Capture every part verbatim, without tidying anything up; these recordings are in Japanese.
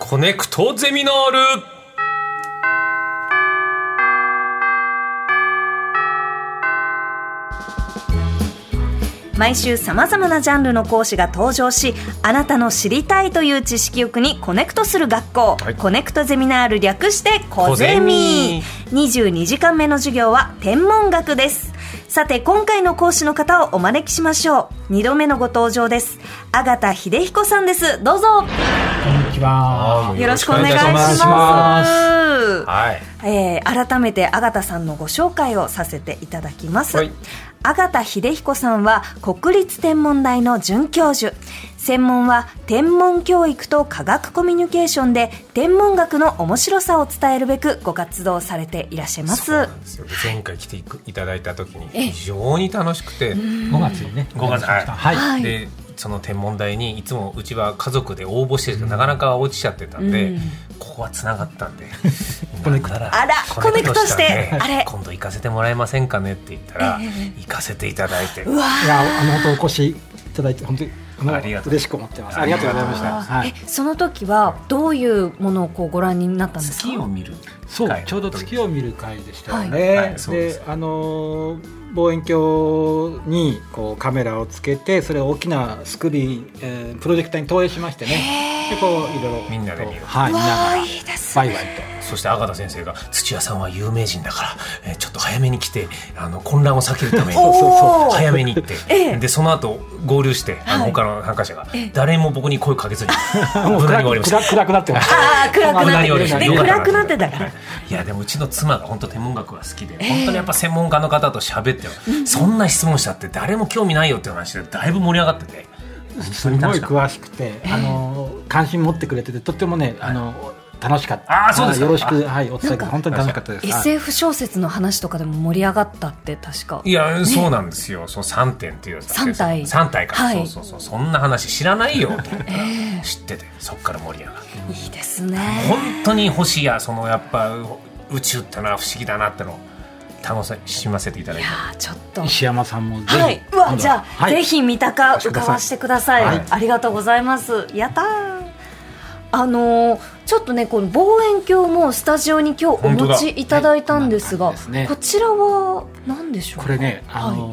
コネクトゼミナール。 毎週さまざまなジャンルの講師が登場し、あなたの知りたいという知識欲にコネクトする学校、はい、コネクトゼミナール略してコゼミ。にじゅうにじかんめの授業は天文学です。さて今回の講師の方をお招きしましょう。にどめのご登場です。阿形秀彦さんです。どうぞ。 こんにちは。 よろしくお願いします。 はい、 えー、改めて阿形さんのご紹介をさせていただきます。はい、阿形秀彦さんは国立天文台の准教授。専門は天文教育と科学コミュニケーションで天文学の面白さを伝えるべくご活動されていらっしゃいます。 そうなんですよ。前回来ていただいた時に非常に楽しくて、 ごがつにね、 ごがつ、はい、 はい、 でその天文台にいつもうちは家族で応募してるけど、うん、なかなか落ちちゃってたんで、うん、ここはつながったんでコネクトあらコネクトして、あれ今度行かせてもらえませんかねって言ったら、えー、行かせていただいて、 うわいやあの本当お越しいただいて本当にありがとう嬉しく思ってます。ありがとうございました。 はい、えその時はどういうものをこうご覧になったんですか？ 月を見る。 そうちょうど月を見る会でしたよね。はいはい、であの望遠鏡にこうカメラをつけて、それを大きなスクリーン、えー、プロジェクターに投影しましてね、でこういろいろみんなで見る、 はい、見ながらバイバイと。 そして阿形先生が土屋さんは有名人だから、えー、ちょっと早めに来てあの混乱を避けるために早めに行って、ええ、でその後合流してあの、はい、他の参加者が、ええ、誰も僕に声かけずに無難に終わりました。 暗くなってました。 あ暗くなってましたね。暗くなってたから。 いやでもうちの妻が本当天文学が好きで、えー、本当にやっぱ専門家の方と喋って、うん、そんな質問したって誰も興味ないよって話でだいぶ盛り上がってて、 すごい詳しくて、あの関心持ってくれててとってもね、あの楽しかった。 あそうですか。 よろしく、はい、お伝えください。本当に楽しかったです。 エスエフ 小説の話とかでも盛り上がったって確か。 いや、ね、そうなんですよ。そのさんてんっていうやつさん体さん体か、はい、そうそうそう、そんな話知らないよと、 えー、 知っててそっから盛り上がる。 いいですね。 本当に星やそのやっぱ宇宙ってのは不思議だなってのを楽しませていただいて、いやちょっと石山さんもぜひ、 はい、うわじゃあ、はい、ぜひ三鷹伺わせてください、 はい、 ありがとうございます。やったー。あのー、ちょっとねこの望遠鏡もスタジオに今日お持ちいただいたんですが、 ですね、 こちらは何でしょうか？ これね、あのーはい、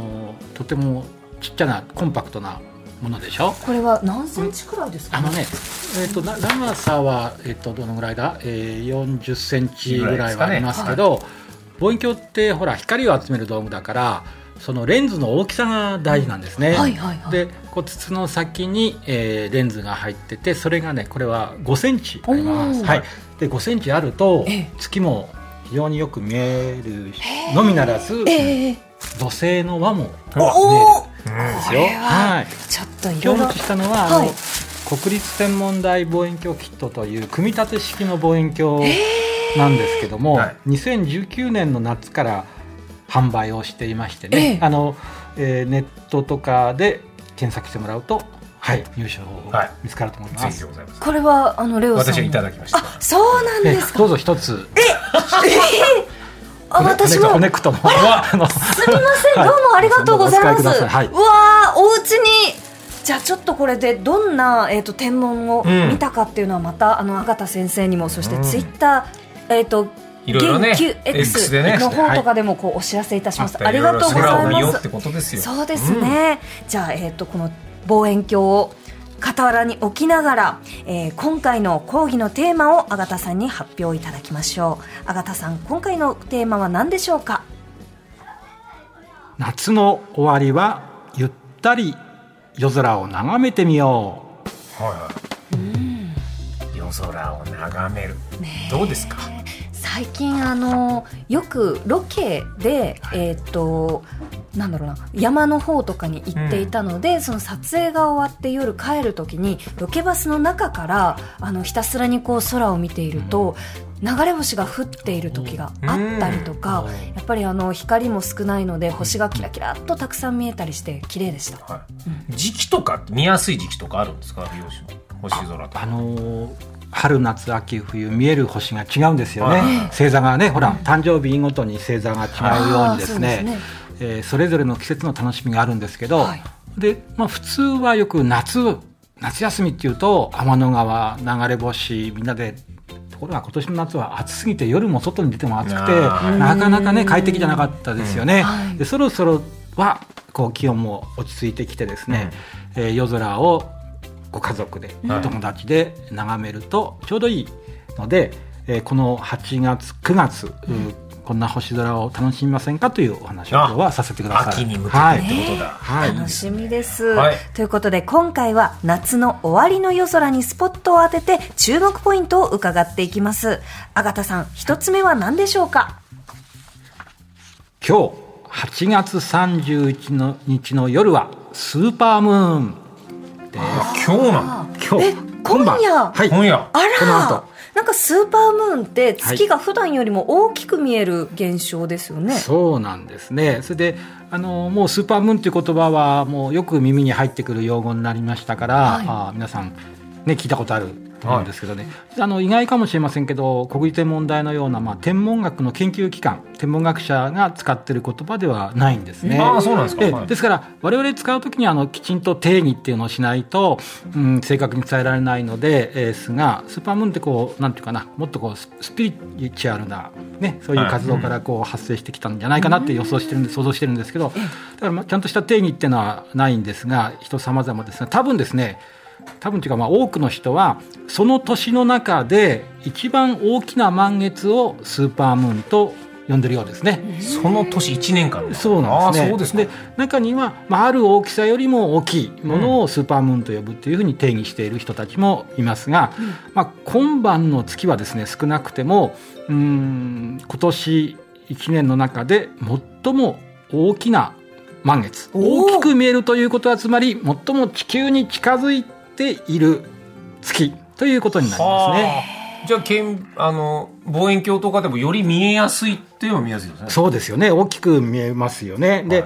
とてもちっちゃなコンパクトなものでしょ。 これは何センチくらいですかね？ あのね、えー、と長さは、えー、とどのぐらいだ、えー、よんじゅっセンチぐらいはありますけど、ね、はい、望遠鏡ってほら光を集める道具だからそのレンズの大きさが大事なんですね。 はいはいはい、でこう筒の先に、えー、レンズが入ってて、それがねこれはごセンチあります。はい、でごセンチあると月も非常によく見えるのみならず、えー、土星の輪も見えるんですよ。はい、 ちょっといろいろ今日持ちしたのは、はい、あの国立天文台望遠鏡キットという組み立て式の望遠鏡なんですけども、はい、にせんじゅうきゅうねんの夏から販売をしていましてね、えーあのえー、ネットとかで検索してもらうと、はい、入手方法が見つかると思います。 はい、ぜひございます。 これはあのレオさん私はいただきました。 あ、そうなんですか。 どうぞ一つ。 ええあ、私もコネクトのあらすみません、どうもありがとうございます。 はい、 うわー、お家にじゃあちょっとこれでどんな、えー、と天文を見たかっていうのはまた、うん、あの阿形先生にも、そしてツイッター、えーといろいろね、 X の方とかでもこうお知らせいたします。はい、ありがとうございます。そうですね。うん、じゃあ、えー、とこの望遠鏡を傍らに置きながら、えー、今回の講義のテーマを阿形さんに発表いただきましょう。阿形さん、今回のテーマは何でしょうか？ 夏の終わりはゆったり夜空を眺めてみよう。はいはい、うん、 夜空を眺める、ね、どうですか？ 最近あのよくロケで、えー、となんだろうな、山の方とかに行っていたので、うん、その撮影が終わって夜帰る時にロケバスの中からあのひたすらにこう空を見ていると、うん、流れ星が降っている時があったりとか、うん、やっぱりあの光も少ないので星がキラキラっとたくさん見えたりして綺麗でした。はい、 うん、時期とか見やすい時期とかあるんですか？美容師の星空とか。 あ、あのー春夏秋冬見える星が違うんですよね。星座がね、ほら、うん、誕生日ごとに星座が違うようにですね、 そうですね、えー、それぞれの季節の楽しみがあるんですけど、はい、で、まあ、普通はよく夏夏休みっていうと天の川流れ星みんなで、ところが今年の夏は暑すぎて夜も外に出ても暑くてなかなかね快適じゃなかったですよね、うんはい、でそろそろはこう気温も落ち着いてきてですね、うんえー、夜空をご家族で、お友達で眺めるとちょうどいいので、えー、このはちがつくがつ、うん、こんな星空を楽しみませんかというお話を今日はさせてください。 秋に向けてってことだ、 はいはい、楽しみです、はい、ということで今回は夏の終わりの夜空にスポットを当てて注目ポイントを伺っていきます。あがたさん、一つ目は何でしょうか？ 今日はちがつさんじゅういちにちの夜はスーパームーンです。 今日なの？ 今日え今夜、 はい、 今夜あらこの後なんかスーパームーンって月が普段よりも大きく見える現象ですよね、 はい、そうなんですね。それであのもうスーパームーンという言葉はもうよく耳に入ってくる用語になりましたから、はい、あ皆さん、ね、聞いたことあると思うんですけどね、はい、あの意外かもしれませんけど国立天文台のような、まあ、天文学の研究機関天文学者が使っている言葉ではないんですね。 ああそうなんですか。 で、はい、ですから我々使うときにあのきちんと定義っていうのをしないと、うん、正確に伝えられないので、えー、ですがスーパームーンってこうなんていうかなもっとこうスピリチュアルな、ね、そういう活動からこう発生してきたんじゃないかなって予想してるんで、想像してるんですけど、だからまあちゃんとした定義っていうのはないんですが人様々ですね。多分ですね多分というかまあ多くの人はその年の中で一番大きな満月をスーパームーンと呼んでるようですね。 その年いちねんかん。 そうなんですね。 あ、そうですか。 で中には、まあ、ある大きさよりも大きいものをスーパームーンと呼ぶというふうに定義している人たちもいますが、うんまあ、今晩の月はですね少なくてもうーん今年いちねんの中で最も大きな満月、大きく見えるということはつまり最も地球に近づいている月ということになりますね。 じゃあ、けんあの望遠鏡とかでもより見えやすいというのは見やすいですね。 そうですよね。大きく見えますよね。で、はい、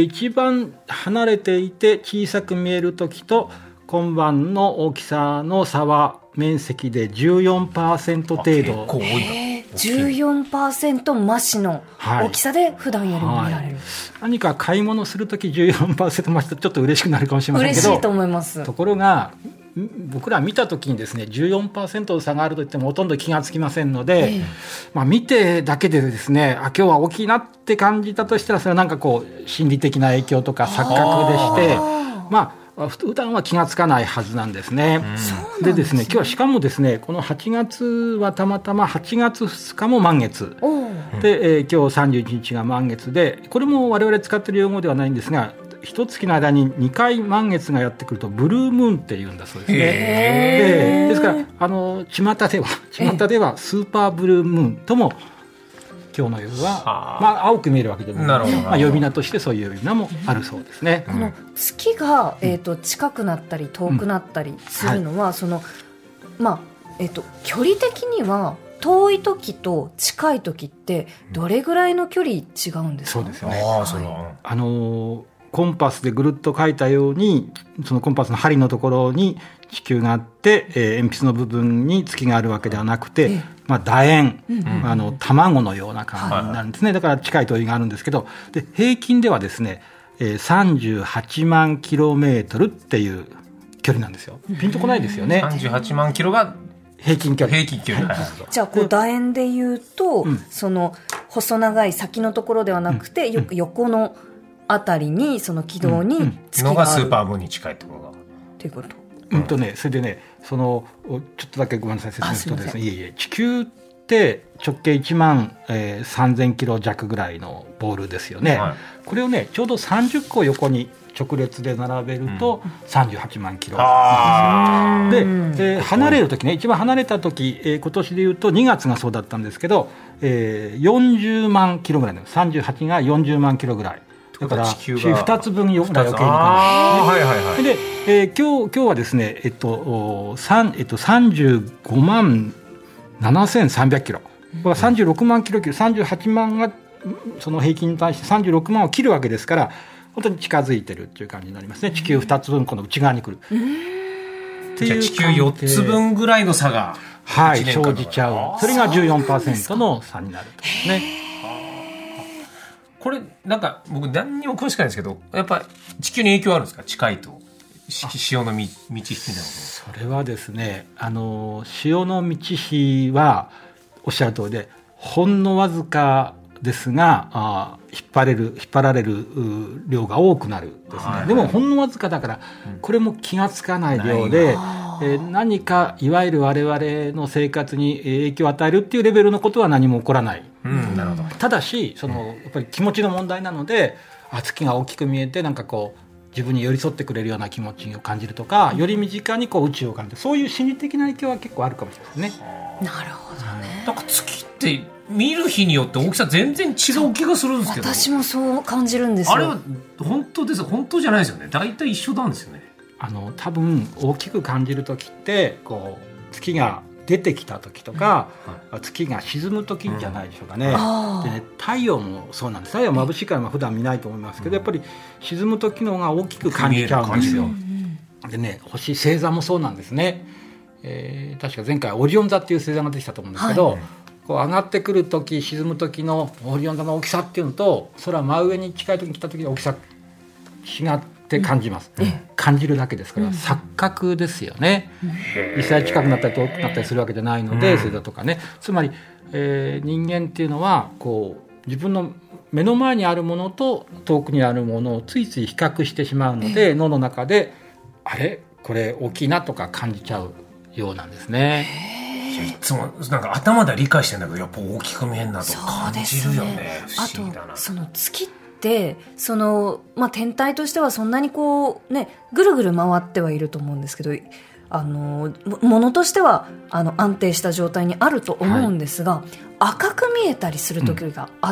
一番離れていて小さく見える時と今晩の大きさの差は面積で じゅうよんパーセント 程度。結構多いな。 じゅうよんパーセント 増しの大きさで普段よりも見られる、はいはい、 何か買い物するとき じゅうよんパーセント 増しとちょっと嬉しくなるかもしれませんけど嬉しいと思います。 ところが僕ら見たときにですね じゅうよんパーセント の差があるといってもほとんど気がつきませんので、ええまあ、見てだけでですねあ今日は大きいなって感じたとしたらそれはなんかこう心理的な影響とか錯覚でしてまあ普段は気がつかないはずなんですね。うん、でですね、今日はしかもですね、このはちがつはたまたまはちがつふつかも満月で、えー、今日さんじゅういちにちが満月で、これも我々使っている用語ではないんですが、一月の間ににかい満月がやってくるとブルームーンっていうんだそうですね。でですからあの巷では巷ではスーパーブルームーンとも今日の夜は、まあ、青く見えるわけでもない、まあ、呼び名としてそういう呼び名もあるそうですね。 この月が、えーと、近くなったり遠くなったりするのは、うんはいそのまあえーと、距離的には遠い時と近い時ってどれぐらいの距離違うんですか？ そうですよね。 あ、それはあのコンパスでぐるっと書いたようにそのコンパスの針のところに地球があって、えー、鉛筆の部分に月があるわけではなくて、えーまあ、楕円、うんうん、あの卵のような感じになるんですね、はい、だから近い遠いがあるんですけどで平均ではですね、えー、さんじゅうはちまんキロメートルっていう距離なんですよ。ピンとこないですよね。 さんじゅうはちまんキロが平均距離。 平均距離、はい、 じゃあこう楕円でいうと、うん、その細長い先のところではなくて、うん、よ横のあたりにその軌道に月がある、うんうん、のがスーパームーンに近いところがっていうこと。 うんとね、それでねそのちょっとだけごめんなさい説明するとですねいえいえ地球って直径いちまんさんぜんキロ弱ぐらいのボールですよね、はい、これをねちょうどさんじゅっこ横に直列で並べるとさんじゅうはちまんキロなんですよ、うん、で、えー、離れる時ね一番離れた時、えー、今年でいうとにがつがそうだったんですけど、えー、よんじゅうまんキロぐらいのさんじゅうはちがよんじゅうまんキロぐらいだから地球がふたつぶんよぐらい余計に感じ、ねはいはいはい、で、えー、今日今日はですね、えっと3えっと、さんじゅうごまんななせんさんびゃくキロ、これさんじゅうろくまんキロ級さんじゅうはちまんがその平均に対してさんじゅうろくまんを切るわけですから本当に近づいてるっていう感じになりますね。地球ふたつぶんこの内側に来るっていう地球よっつぶんぐらいの差がはい生じちゃう。それが じゅうよんパーセント の差になるとですね。 これなんか僕何にも詳しくないんですけどやっぱ地球に影響あるんですか？近いと潮の満ち引きみたいなこと。 それはですね、あの潮の満ち引きはおっしゃる通りでほんのわずかですが、あ引っ張れる引っ張られる量が多くなるですね、はいはい、でもほんのわずかだからこれも気がつかない量で、うん、えー、何かいわゆる我々の生活に影響を与えるっていうレベルのことは何も起こらない、うん、なるほど。ただしそのやっぱり気持ちの問題なので、あ月が大きく見えてなんかこう自分に寄り添ってくれるような気持ちを感じるとか、より身近にこう宇宙を感じる、そういう心理的な影響は結構あるかもしれないですね。 なるほどね。 なんか月って見る日によって大きさ全然違う気がするんですけど、 私もそう感じるんですよ。 あれは本当です、本当じゃないですよね。大体一緒なんですよね。 あの多分大きく感じる時ってこう月が出てきた時とか、うん、はい、月が沈む時じゃないでしょうかね、うん、でね、太陽もそうなんです。太陽は眩しいからまあ普段見ないと思いますけど、やっぱり沈む時の方が大きく感じちゃうんですよ。でね、星星座もそうなんですね、えー、確か前回オリオン座っていう星座ができたと思うんですけど、はい、こう上がってくる時沈む時のオリオン座の大きさっていうのと空真上に近い時に来た時の大きさ違って感じます、うん、感じるだけですから、うん、錯覚ですよね、うん、実際近くなったり遠くなったりするわけじゃないので、星座とかね、つまり、えー、人間っていうのはこう自分の目の前にあるものと遠くにあるものをついつい比較してしまうので、脳の中であれこれ大きいなとか感じちゃうようなんですね。 いつもなんか頭では理解してんだけど、やっぱ大きく見えんなと感じるよね。ね、不思議だな。 あとその月ってその、まあ、天体としてはそんなにこうねぐるぐる回ってはいると思うんですけど、あのものとしてはあの安定した状態にあると思うんですが、はい、赤く見えたりする時があって、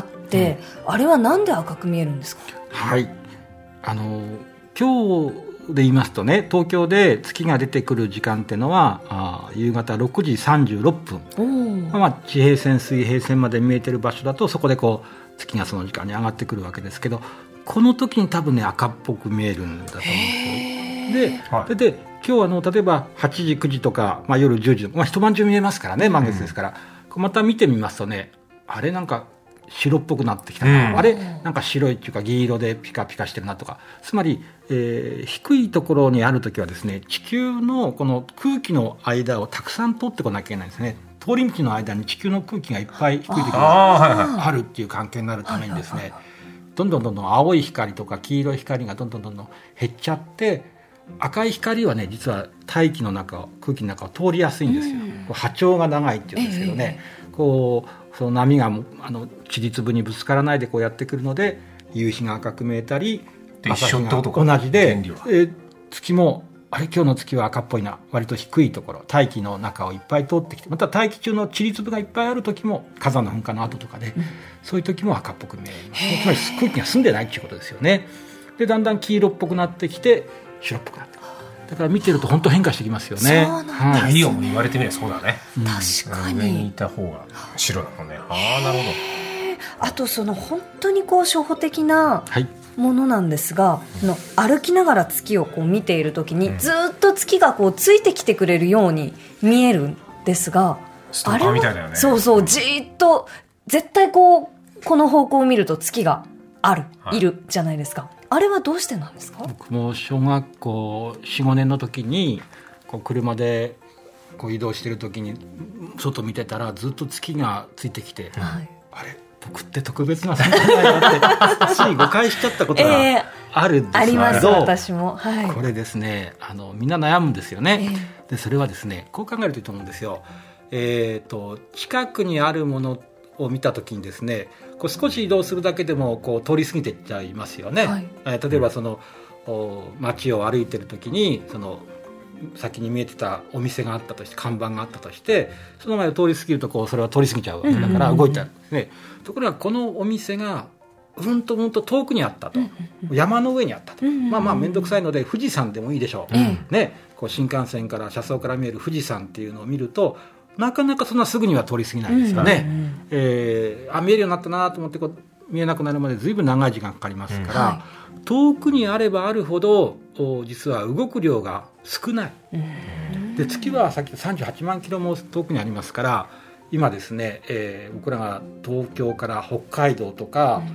うん、あれはなんで赤く見えるんですか？ はい、あの今日で言いますとね、東京で月が出てくる時間っていうのはあ夕方ろくじさんじゅうろっぷん、まあ、地平線水平線まで見えてる場所だとそこでこう月がその時間に上がってくるわけですけど、この時に多分ね赤っぽく見えるんだと思うんですよ。で、はい、で今日あの例えばはちじくじとか、まあ、夜じゅうじ、まあ、一晩中見えますからね、満月ですから、うん、また見てみますとね、あれなんか白っぽくなってきたな、うん、あれなんか白いっていうか銀色でピカピカしてるなとか、つまり、えー、低いところにあるときはですね、地球のこの空気の間をたくさん通ってこなきゃいけないんですね。通り道の間に地球の空気がいっぱい低いときがあるっていう関係になるためにですね、どんどんどんどん青い光とか黄色い光がどんどんどんどん減っちゃって、赤い光はね実は大気の中空気の中を通りやすいんですよ、うん、こう波長が長いっていうんですけどね、えー、こうその波があの塵粒にぶつからないでこうやってくるので、夕日が赤く見えたり朝日が同じで、えー、月もあれ今日の月は赤っぽいな、割と低いところ大気の中をいっぱい通ってきて、また大気中の塵粒がいっぱいある時も火山の噴火の後とかで、うん、そういう時も赤っぽく見えます。つまり空気が澄んでないっていうことですよね。でだんだん黄色っぽくなってきて白っぽくなってくる。だから見てると本当変化してきますよね。 そうなんですね、はい、 太陽も言われてみればそうだね、 うん、確かに上にいた方が白だもんね。ああなるほど。 あとその本当にこう初歩的なものなんですが、はい、の歩きながら月をこう見ているときに、うん、ずっと月がこうついてきてくれるように見えるんですが、 ストーカーみたいだよね。 そうそう、じーっと絶対こうこの方向を見ると月がある、はい、いるじゃないですか。あれはどうしてなんですか？ 僕も小学校 よん,ご 年の時にこう車でこう移動してる時に外見てたらずっと月がついてきて、はい、あれ僕って特別な存在なんだってつい誤解しちゃったことがあるんですけど、えー、あります私も、はい、 これですね、あのみんな悩むんですよね、えー、でそれはですねこう考えるといいと思うんですよ。えーと、近くにあるものを見た時にですね、こう少し移動するだけでもこう通り過ぎていっちゃいますよね、はい、えー、例えばその街を歩いてる時にその先に見えてたお店があったとして看板があったとしてその前を通り過ぎるとこうそれは通り過ぎちゃうわけだから動いたんですね、うんうん、ところがこのお店がうんとうんと遠くにあったと、うんうん、山の上にあったと、うんうん、まあまあ面倒くさいので富士山でもいいでしょう、うん、ね、こう新幹線から車窓から見える富士山っていうのを見るとなかなかそんなすぐには通り過ぎないですよね、うんうんうん、えー、あ見えるようになったなと思ってこう見えなくなるまでずいぶん長い時間かかりますから、うん、はい、遠くにあればあるほど実は動く量が少ない、うん、で月はさっきさんじゅうはちまんキロも遠くにありますから今ですね、えー、僕らが東京から北海道とか、うん、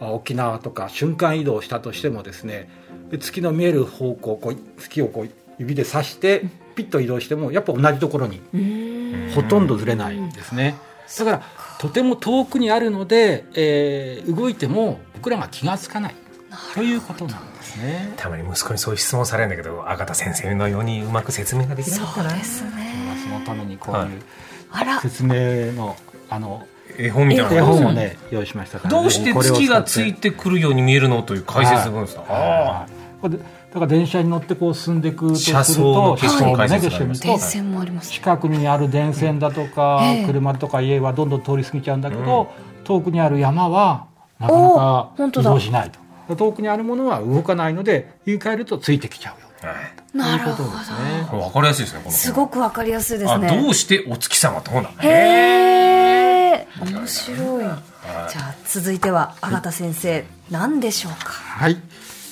沖縄とか瞬間移動したとしてもですね、月の見える方向、こう月をこう指で指してピッと移動してもやっぱ同じところにほとんどずれないんですね。だからとても遠くにあるので、えー、動いても僕らが気がつかないということなんですね。 たまに息子にそういう質問されるんだけど、あがた先生のようにうまく説明ができなかったな。 そうですね。 そのためにこういう説明のあの絵本みたいな絵本をね用意しましたから、ね、 どうして月がついてくるように見えるのという解説文ですか。 はい、だから電車に乗ってこう進んでいくとすると車窓の景色の解説があります。 電線もあります、ね、 近くにある電線だとか、えー、車とか家はどんどん通り過ぎちゃうんだけど、うん、遠くにある山はなかなか移動しないと。遠くにあるものは動かないので言い換えるとついてきちゃうよ、はい、 なるほど。 これ分かりやすいですね。このすごく分かりやすいですね。 あ、どうしてお月様とな。 へー、面白い。じゃあ続いてはあがた先生、はい、何でしょうか。 はい、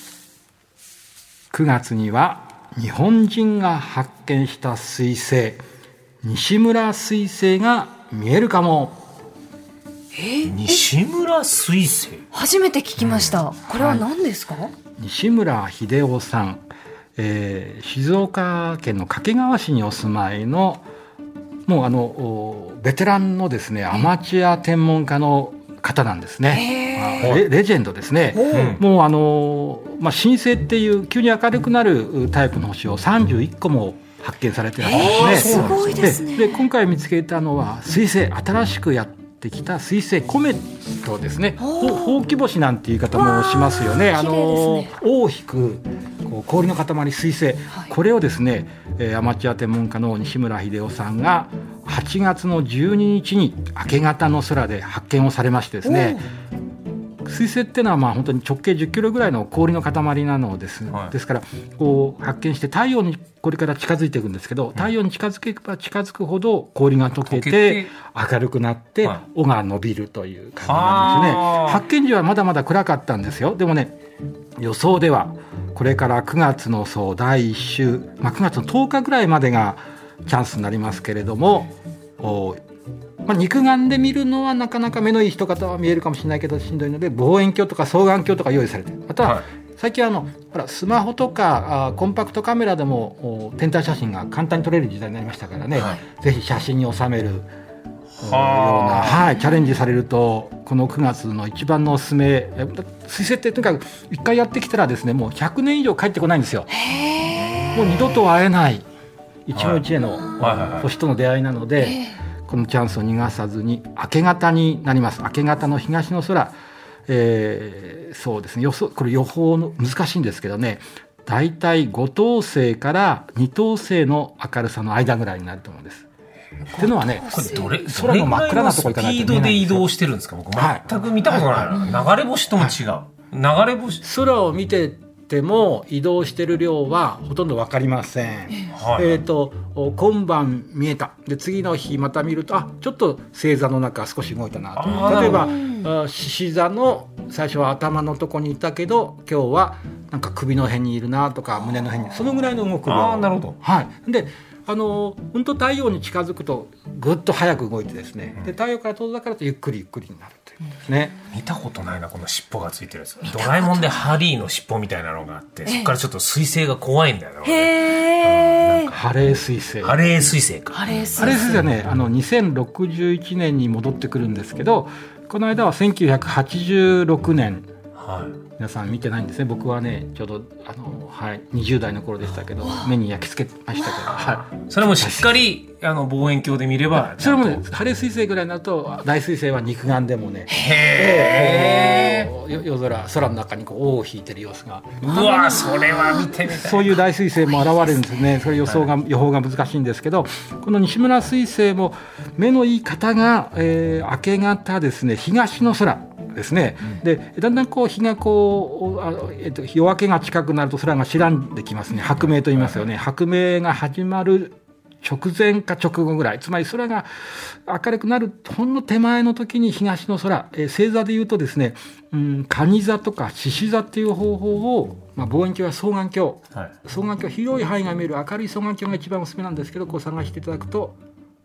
くがつには日本人が発見した彗星、西村彗星が見えるかも。 えー、 西村彗星、 初めて聞きました、うん、これは何ですか。はい、 西村秀夫さん、えー、静岡県の掛川市にお住まいのもうあのベテランのですねアマチュア天文家の方なんですね。レ, レジェンドですね。もうあの、まあ、新星っていう急に明るくなるタイプの星をさんじゅういっこも発見されてるんですね。 すごいですね。 でで今回見つけたのは彗星、新しくやってきた彗星コメットですね。ほうき星なんていう言い方もしますよね。あの尾を引くこう氷の塊彗星、はい、これをですね、えー、アマチュア天文家の西村秀夫さんがはちがつのじゅうににちに明け方の空で発見をされましてですね、彗星っていうのはまあ本当に直径じゅっキロぐらいの氷の塊なのです、はい、ですからこう発見して太陽にこれから近づいていくんですけど、太陽に近づけば近づくほど氷が溶けて明るくなって尾が伸びるという感じなんですね。発見時はまだまだ暗かったんですよ。でもね、予想ではこれからくがつのそうだいいっ週、まあ、くがつのとおかぐらいまでがチャンスになりますけれども、お、まあ、肉眼で見るのはなかなか目のいい人方は見えるかもしれないけどしんどいので、望遠鏡とか双眼鏡とか用意されてる。あとは、はい、最近はあのほらスマホとかあコンパクトカメラでも天体写真が簡単に撮れる時代になりましたからね、はい、ぜひ写真に収めるような、はい、チャレンジされるとこのくがつの一番のおすすめ。彗星ってとにかく一回やってきたらですね、もうひゃくねん以上帰ってこないんですよ。もう二度と会えない一期一会の星との出会いなので、このチャンスを逃がさずに明け方になります。明け方の東の空、えー、そうですね、予想これ予報の難しいんですけどね、だいたいごとう星からにとう星の明るさの間ぐらいになると思うんです。っていうのはね、 これどれ空の真っ暗なところ行かないと見えないんですよ。 スピードで移動してるんですか。僕全く見たことない、はい、流れ星とも違う、はい、流れ星、 空を見てても移動してる量はほとんど分かりません、はい、えーと今晩見えたで次の日また見ると、あ、ちょっと星座の中少し動いたなと。例えば獅子座の最初は頭のとこにいたけど今日はなんか首の辺にいるなとか胸の辺に、そのぐらいの動く量。 あ、なるほど、 はい、であのうんと太陽に近づくとぐっと早く動いてですね、で太陽から遠ざかるとゆっくりゆっくりになるということですね。 見たことないな、この尻尾がついてるやつ。ドラえもんでハリーの尻尾みたいなのがあって、そこからちょっと彗星が怖いんだよな。 へー、 ハレー彗星。 ハレー彗星か。 ハレー彗星はね、あのにせんろくじゅういちねんに戻ってくるんですけど、この間はせんきゅうひゃくはちじゅうろくねん、はい、皆さん見てないんですね。僕はねちょうどあの、はい、にじゅう代の頃でしたけど目に焼き付けましたけど、はい、 それもしっかりあの望遠鏡で見れば、 それもね、ハレー彗星ぐらいになると大彗星は肉眼でもね、 へー、 夜空空の中にこう尾を引いてる様子が、 うわ、それは見てみたい。 そういう大彗星も現れるんですね。それ予想が、はい、予報が難しいんですけど、この西村彗星も目のいい方が、えー、明け方ですね、東の空ですね、うん、でだんだんこう日がこうあ、えっと、夜明けが近くなると空が白んできますね。白明と言いますよね。白明が始まる直前か直後ぐらい、つまり空が明るくなるほんの手前の時に東の空、えー、星座でいうとですね、うん、蟹座とか獅子座っていう方法を、まあ、望遠鏡や双眼鏡、はい、双眼鏡広い範囲が見える明るい双眼鏡が一番おすすめなんですけど、こう探していただくと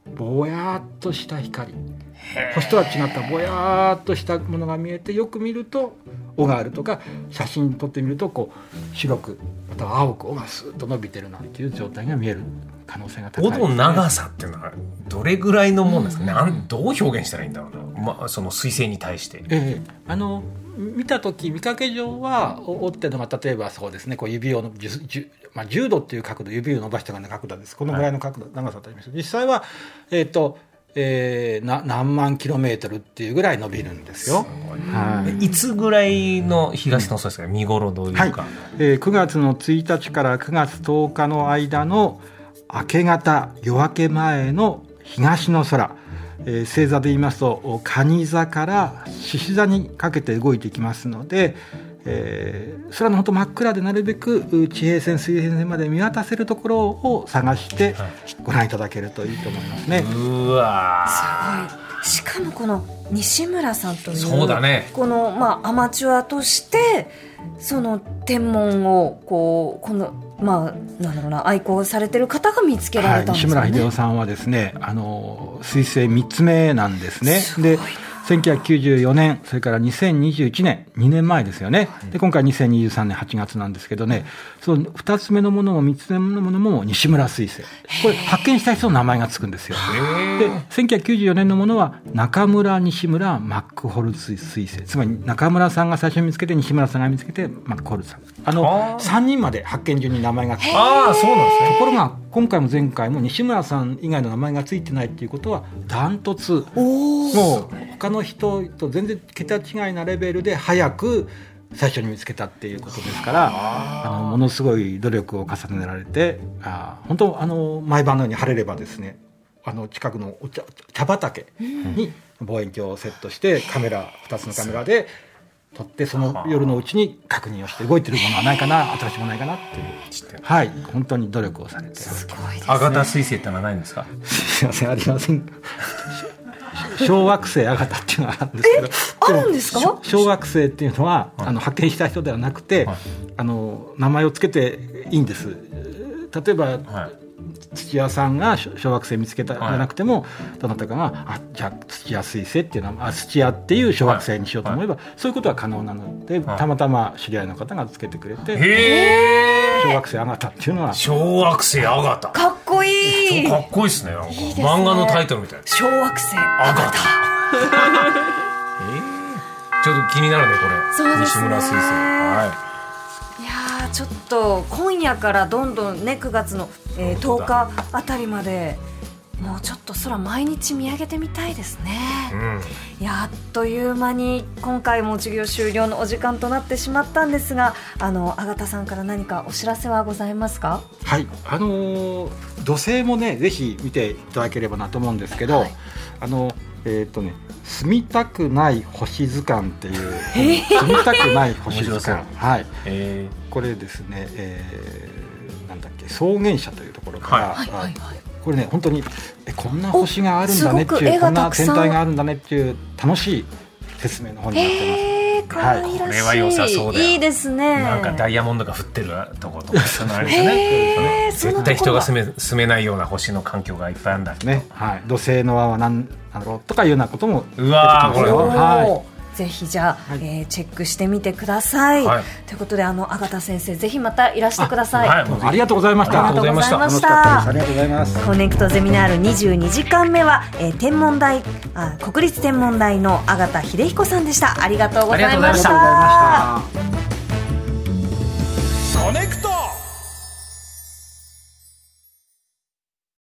ぼやっとした光、星とは違ったぼやっとしたものが見えて、よく見ると尾があるとか、写真撮ってみるとこう白くまたは青く尾がスーッと伸びてるなんていう状態が見える可能性が高いですね。 尾の長さっていうのはどれぐらいのもんですかね、うん、どう表現したらいいんだろうな、まあ、その水星に対して、 ええ、あの見た時見かけ上は尾っていうのが例えばそうですね、こう指をじゅじゅ、まあ、じゅうどっていう角度、指を伸ばしたような角度です。このぐらいの角度、はい、長さとあります。実際は、えーとえー、な何万キロメートルっていうぐらい伸びるんですよ。 はい、いつぐらいの東の空ですか、見頃どういうか、はい、 えー、くがつのついたちからくがつとおかの間の明け方夜明け前の東の空、えー、星座で言いますと蟹座から獅子座にかけて動いていきますので、えー、空の本当真っ暗でなるべく地平線水平線まで見渡せるところを探してご覧いただけるといいと思いますね。 うわすごい。しかもこの西村さんという、 そうだね、 この、まあ、アマチュアとしてその天文をこうこのまあ、なんだろうな、愛好されてる方が見つけられたんですよね。 はい、西村秀夫さんはですね、あの彗星みっつめなんですね。でせんきゅうひゃくきゅうじゅうよねん、それからにせんにじゅういちねん、にねんまえですよね。で今回にせんにじゅうさんねんはちがつなんですけどね、そのふたつめのものもみっつめのものも西村彗星、これ発見した人の名前がつくんですよ。でせんきゅうひゃくきゅうじゅうよねんのものは中村西村マックホルツ彗星、つまり中村さんが最初に見つけて西村さんが見つけてマックホルツさん、あのさんにんまで発見順に名前がつく。 ああ、そうなんですね。 ところが今回も前回も西村さん以外の名前がついてないっていうことはダントツ、もう他の人と全然桁違いなレベルで早く最初に見つけたっていうことですから、あのものすごい努力を重ねられて、あ本当あの毎晩のように晴れればですね、あの近くのお 茶, 茶畑に望遠鏡をセットしてカメラふたつのカメラで撮って、その夜のうちに確認をして動いてるものはないかな、新しいものないかなっていう、はい、本当に努力をされて。 すごいですね。 アガタ彗星ってのはないんですか？ すいません、ありません。小惑星アガタっていうのがあるんですけど、 あるんですか？ 小惑星っていうのは、はい、あの発見した人ではなくて、はい、あの名前をつけていいんです。例えば、はい、土屋さんが小惑星見つけたじゃなくても、はい、どなたかがあじゃあ土屋彗星っていうのはあ土屋っていう小惑星にしようと思えば、はいはい、そういうことは可能なので、はい、たまたま知り合いの方がつけてくれて、 へ小惑星アガタっていうのは小惑星アガタ、 かっこいい。 かっこいいですね。なんかいいですね、 漫画のタイトルみたいな小惑星アガタえー、ちょっと気になるねこれ。 そうですね、 西村彗星、はいいやちょっと今夜からどんどんねくがつの、えー、とおかあたりまでもうちょっと空毎日見上げてみたいですね、うん、いやあっという間に今回も授業終了のお時間となってしまったんですが、あのアガタさんから何かお知らせはございますか？ はい、あのー、土星もねぜひ見ていただければなと思うんですけど、はい、あのえーとね、住みたくない星図鑑っていう、えー、住みたくない星図鑑、はい、えー、これですね、えー、なんだっけ草原社というところから、はいはいはい、これね本当にえこんな星があるんだねっていう、こんな天体があるんだねっていう楽しい説明の本になってます。 えー、かわいらしい、 これは良さそうだよ。 いいですね。 なんかダイヤモンドが降ってるとことかそのあれですね絶対人が住め、住めないような星の環境がいっぱいあるんだけど、ね、はい、 土星の輪は何だろうとかいうようなことも出てきますよ。 うわーこれは、 はい、ぜひじゃあ、はい、えー、チェックしてみてください、はい、ということであのアガタ先生ぜひまたいらしてください。 あ,、はい、ありがとうございました。 ありがとうございました。 ありがとうございます。 コネクトゼミナールにじゅうにじかんめは、えー、天文台あ国立天文台のアガタ秀彦さんでした。ありがとうございました。